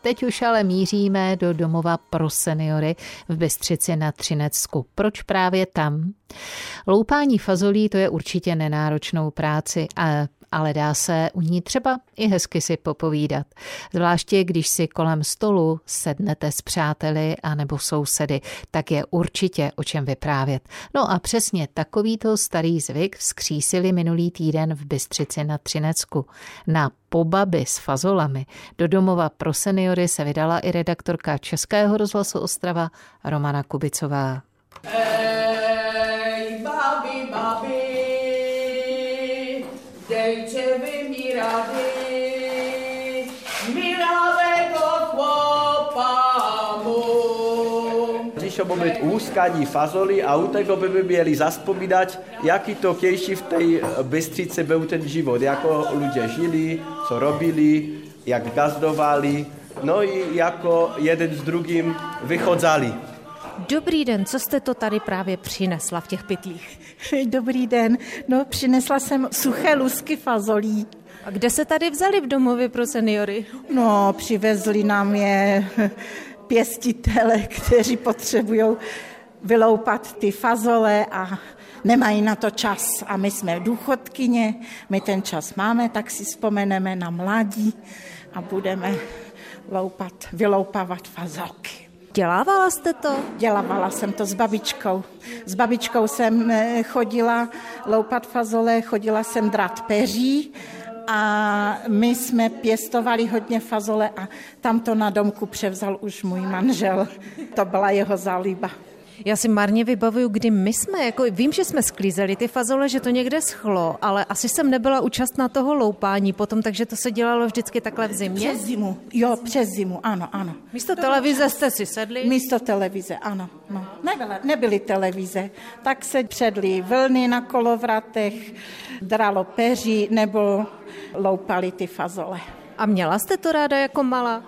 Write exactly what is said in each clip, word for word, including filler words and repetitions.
Teď už ale míříme do domova pro seniory v Bystřici na Třinecku. Proč právě tam? Loupání fazolí to je určitě nenáročnou práci, a ale dá se u ní třeba i hezky si popovídat. Zvláště když si kolem stolu sednete s přáteli anebo sousedy, tak je určitě o čem vyprávět. No a přesně takovýto starý zvyk vzkřísili minulý týden v Bystřici na Třinecku. Na pobaby s fazolami do domova pro seniory se vydala i redaktorka Českého rozhlasu Ostrava Romana Kubicová. Ej, babi, babi, dejte vy mi rady, milavého chłopamu. Přišlo by být úskání fazoli a u tego by by měli zaspomínat, jaký to kejší v té Bystřici byl ten život, jako lidé žili, co robili, jak gazdovali, no i jako jeden s druhým vychodzali. Dobrý den, co jste to tady právě přinesla v těch pytlích? Dobrý den, no přinesla jsem suché lusky fazolí. A kde se tady vzali v domově pro seniory? No, přivezli nám je pěstitele, kteří potřebují vyloupat ty fazole a nemají na to čas. A my jsme důchodkyně, my ten čas máme, tak si vzpomeneme na mládí a budeme loupat, vyloupávat fazolky. Dělávala jste to? Dělávala jsem to s babičkou. S babičkou jsem chodila loupat fazole, chodila jsem drát peří a my jsme pěstovali hodně fazole a tam to na domku převzal už můj manžel. To byla jeho zálíba. Já si marně vybavuju, kdy my jsme, jako vím, že jsme sklízeli ty fazole, že to někde schlo, ale asi jsem nebyla účastná toho loupání potom, takže to se dělalo vždycky takhle v zimě. Přes zimu, jo, přes zimu, ano, ano. Místo televize jste si sedli? Místo televize, ano. No. Nebyly, nebyly televize, tak se předly vlny na kolovratech, dralo peří nebo loupali ty fazole. A měla jste to ráda jako malá?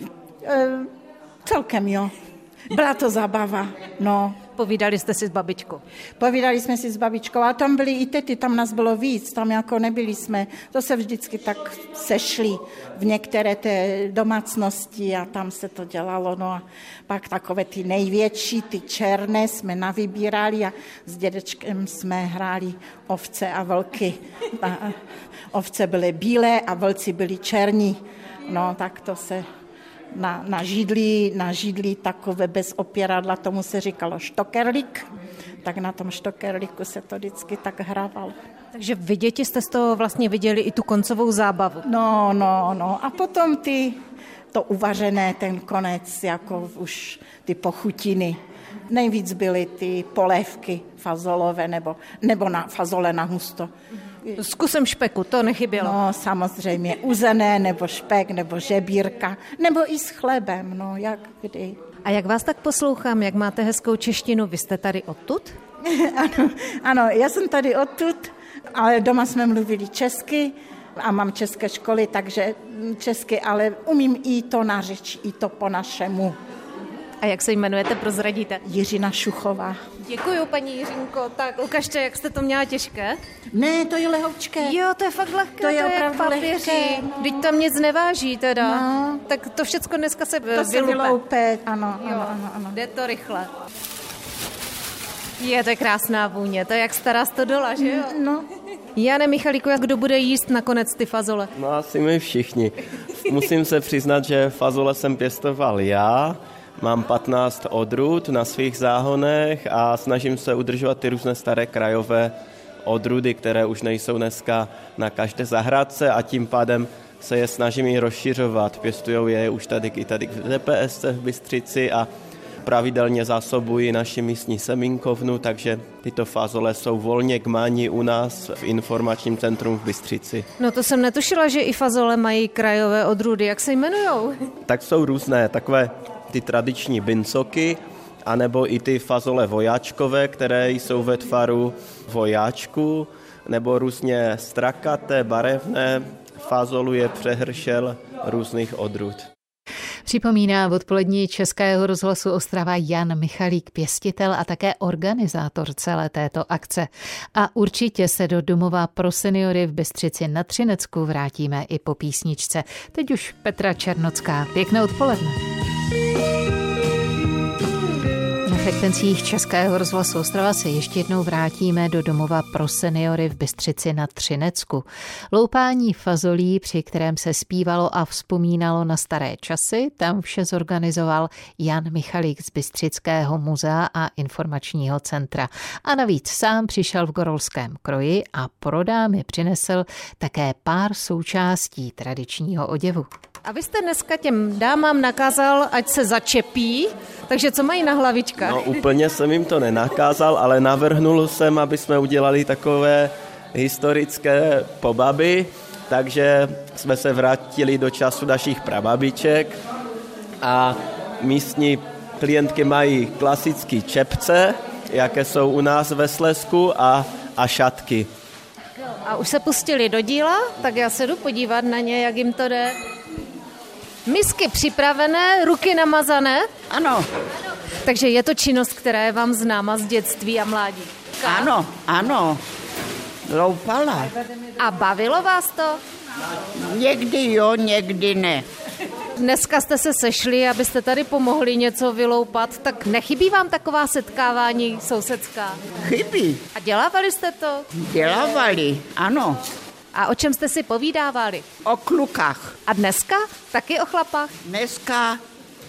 E, celkem jo. Byla to zábava, no. Povídali jste si s babičkou? Povídali jsme si s babičkou, a tam byly i tety, tam nás bylo víc, tam jako nebyli jsme, to se vždycky tak sešli v některé té domácnosti a tam se to dělalo, no a pak takové ty největší, ty černé jsme navybírali a s dědečkem jsme hráli ovce a vlky. A ovce byly bílé a vlci byli černí, no tak to se... Na, na židli, na židli takové bez opěradla, tomu se říkalo štokerlik, tak na tom štokerliku se to vždycky tak hrávalo. Takže vy děti jste z toho vlastně viděli i tu koncovou zábavu. No, no, no a potom ty, to uvařené, ten konec, jako už ty pochutiny. Nejvíc byly ty polévky fazolové nebo, nebo na fazole na husto. S kusem špeku, to nechybělo. No samozřejmě, uzené, nebo špek, nebo žebírka, nebo i s chlebem, no jak kdy. A jak vás tak poslouchám, jak máte hezkou češtinu, vy jste tady odtud? ano, ano, já jsem tady odtud, ale doma jsme mluvili česky a mám české školy, takže česky, ale umím i to na řeč, i to po našemu. A jak se jmenujete, prozradíte? Jiřina Šuchová. Děkuju, paní Jiřinko. Tak ukažte, jak jste to měla těžké. Ne, to je lehoučké. Jo, to je fakt lehké, to je, to je opravdu papíří. lehké. No. Vždyť tam nic neváží teda. No. Tak to všecko dneska se to vyloupe. se vyloupe, ano, Jo, ano, ano, ano. jde to rychle. Je to krásná vůně, to je jak stará stodola, že jo? No. Jane Michalíku, jak kdo bude jíst nakonec ty fazole? No asi my všichni. Musím se přiznat, že fazole jsem pěstoval já. Mám patnáct odrůd na svých záhonech a snažím se udržovat ty různé staré krajové odrůdy, které už nejsou dneska na každé zahrádce a tím pádem se je snažím i rozšiřovat. Pěstujou je už tady i tady v D P S v Bystřici a pravidelně zásobují naši místní semínkovnu, takže tyto fazole jsou volně k mání u nás v informačním centru v Bystřici. No to jsem netušila, že i fazole mají krajové odrůdy. Jak se jmenujou? Tak jsou různé, takové ty tradiční bincoky, anebo i ty fazole vojáčkové, které jsou ve tvaru vojáčku, nebo různě strakaté, barevné. Fazolu je přehršel různých odrůd. Připomíná v odpolední Českého rozhlasu Ostrava Jan Michalík, pěstitel a také organizátor celé této akce. A určitě se do domova pro seniory v Bystřici nad Třinecku vrátíme i po písničce. Teď už Petra Černocká. Pěkné odpoledne. Na frekvencích Českého rozhlasu Ostrava se ještě jednou vrátíme do domova pro seniory v Bystřici nad Třinecku. Loupání fazolí, při kterém se zpívalo a vzpomínalo na staré časy, tam vše zorganizoval Jan Michalík z Bystřického muzea a informačního centra. A navíc sám přišel v gorolském kroji a pro dámy přinesl také pár součástí tradičního oděvu. A vy jste dneska těm dámám nakázal, ať se začepí, takže co mají na hlavičkách? No úplně jsem jim to nenakázal, ale navrhnul jsem, aby jsme udělali takové historické pobaby, takže jsme se vrátili do času našich prababiček a místní klientky mají klasické čepce, jaké jsou u nás ve Slezsku, a, a šatky. A už se pustili do díla, tak já se jdu podívat na ně, jak jim to jde. Misky připravené, ruky namazané? Ano. Takže je to činnost, která je vám známa z dětství a mládí? Ano, ano. Loupala. A bavilo vás to? Někdy jo, někdy ne. Dneska jste se sešli, abyste tady pomohli něco vyloupat, tak nechybí vám taková setkávání sousedská? Chybí. A dělávali jste to? Dělávali, ano. A o čem jste si povídávali? O klukách. A dneska? Taky o chlapách? Dneska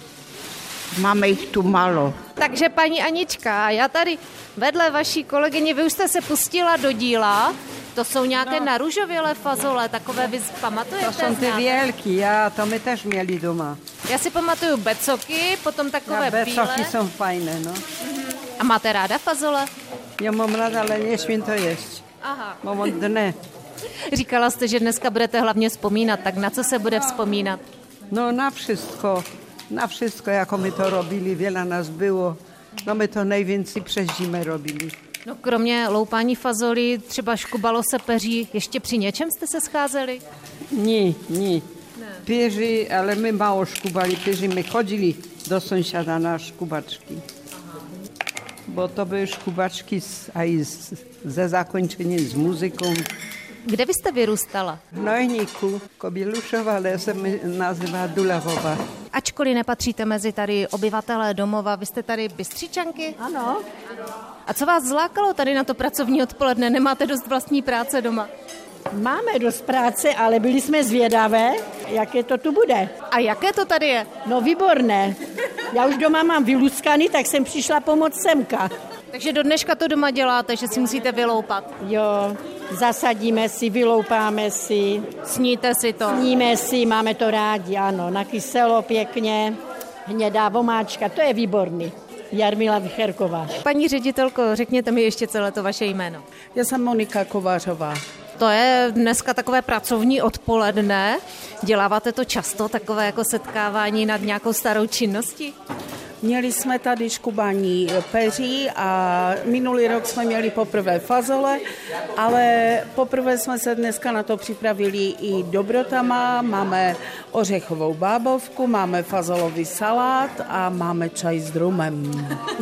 máme jich tu málo. Takže paní Anička, já tady vedle vaší kolegyně, vy už jste se pustila do díla. To jsou nějaké no. naružovělé fazole, takové vy pamatujete? To jsou ty vělky, já, to my tež měli doma. Já si pamatuju becoky, potom takové ja, becoky bílé. jsou fajné, no. A máte ráda fazole? Já mám ráda, ale nesmím to jíst. Aha. Mám od dne. Říkala jste, že dneska budete hlavně vzpomínat, tak na co se bude vzpomínat? No na wszystko, na wszystko, jako my to robili, wiele nás bylo. No my to nejvěnci přes zimę robili. No kromě loupání fazolí, třeba škubalo se peří, ještě při něčem jste se scházeli? Nie, nie. Peří, ale my mało škubali peří, my chodili do sąsiada na škubačky. Bo to były škubačky a i ze zakończeniem z muzyką. Kde vy jste vyrůstala? V Nojníku, Kobilušova, ale se mi nazývá Dulavova. Ačkoliv nepatříte mezi tady obyvatelé domova, vy jste tady Bystřičanky? Ano. A co vás zlákalo tady na to pracovní odpoledne? Nemáte dost vlastní práce doma? Máme dost práce, ale byli jsme zvědavé, jaké to tu bude. A jaké to tady je? No výborné. Já už doma mám vyluskaný, tak jsem přišla pomoct semka. Takže do dneška to doma děláte, že si musíte vyloupat? Jo, zasadíme si, vyloupáme si. Sníte si to? Sníme si, máme to rádi, ano. Na kyselo pěkně, hnědá vomáčka, to je výborný. Jarmila Vicherková. Paní ředitelko, řekněte mi ještě celé to vaše jméno. Já jsem Monika Kovářová. To je dneska takové pracovní odpoledne. Děláváte to často, takové jako setkávání nad nějakou starou činností? Měli jsme tady škubání peří a minulý rok jsme měli poprvé fazole, ale poprvé jsme se dneska na to připravili i dobrotama. Máme ořechovou bábovku, máme fazolový salát a máme čaj s drumem.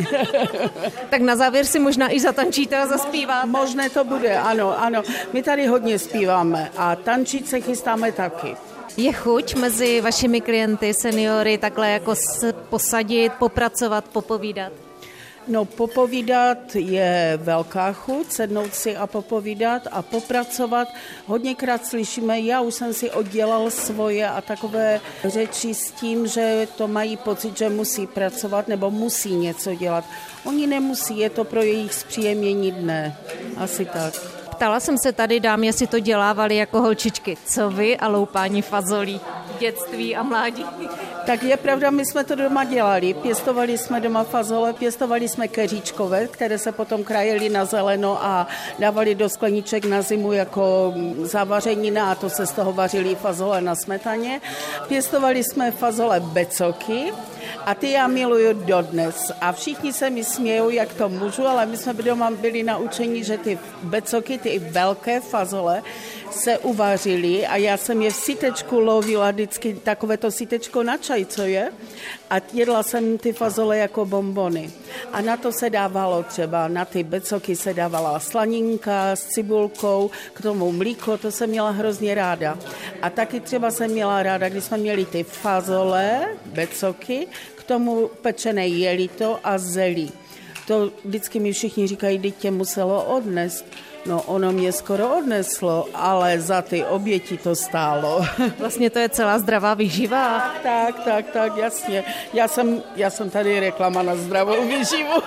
Tak na závěr si možná i zatančíte a zaspíváte. Možné to bude, ano, ano. My tady hodně zpíváme a tančit se chystáme taky. Je chuť mezi vašimi klienty, seniory, takhle jako se posadit, popracovat, popovídat? No, popovídat je velká chuť, sednout si a popovídat a popracovat. Hodněkrát slyšíme, já už jsem si oddělal svoje a takové řeči s tím, že to mají pocit, že musí pracovat nebo musí něco dělat. Oni nemusí, je to pro jejich zpříjemnění dne. Asi tak. Ptala jsem se tady dám, jestli to dělávali jako holčičky. Co vy a loupání fazolí v dětství a mládí? Tak je pravda, my jsme to doma dělali. Pěstovali jsme doma fazole, pěstovali jsme keříčkové, které se potom krajely na zeleno a dávali do skleniček na zimu jako zavařenina a to se z toho vařili fazole na smetaně. Pěstovali jsme fazole becoky a ty já miluju dodnes. A všichni se mi smějou, jak to můžu, ale my jsme doma byli naučeni, že ty becoky, ty velké fazole se uvařily a já jsem je v sitečku lovila vždycky takové to sítečko na čaj, co je. A jedla jsem ty fazole jako bonbony. A na to se dávalo třeba, na ty becoky se dávala slaninka s cibulkou, k tomu mlíko, to jsem měla hrozně ráda. A taky třeba jsem měla ráda, když jsme měli ty fazole, becoky, k tomu pečené jelito a zelí. To vždycky mi všichni říkají, že tě muselo odnést. No, ono mě skoro odneslo, ale za ty oběti to stálo. Vlastně to je celá zdravá výživa. Tak, tak, tak, tak, jasně. Já jsem, já jsem tady reklama na zdravou výživu.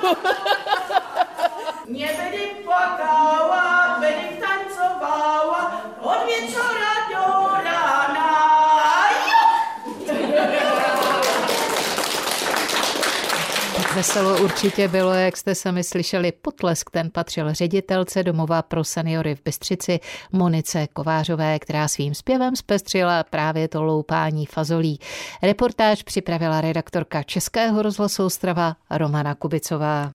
Mě vedy plakala, vedy tancovala, od večera do rána. Veselo určitě bylo, jak jste sami slyšeli, potlesk ten patřil ředitelce domova pro seniory v Bystřici Monice Kovářové, která svým zpěvem zpestřila právě to loupání fazolí. Reportáž připravila redaktorka Českého rozhlasu Ostrava Romana Kubicová.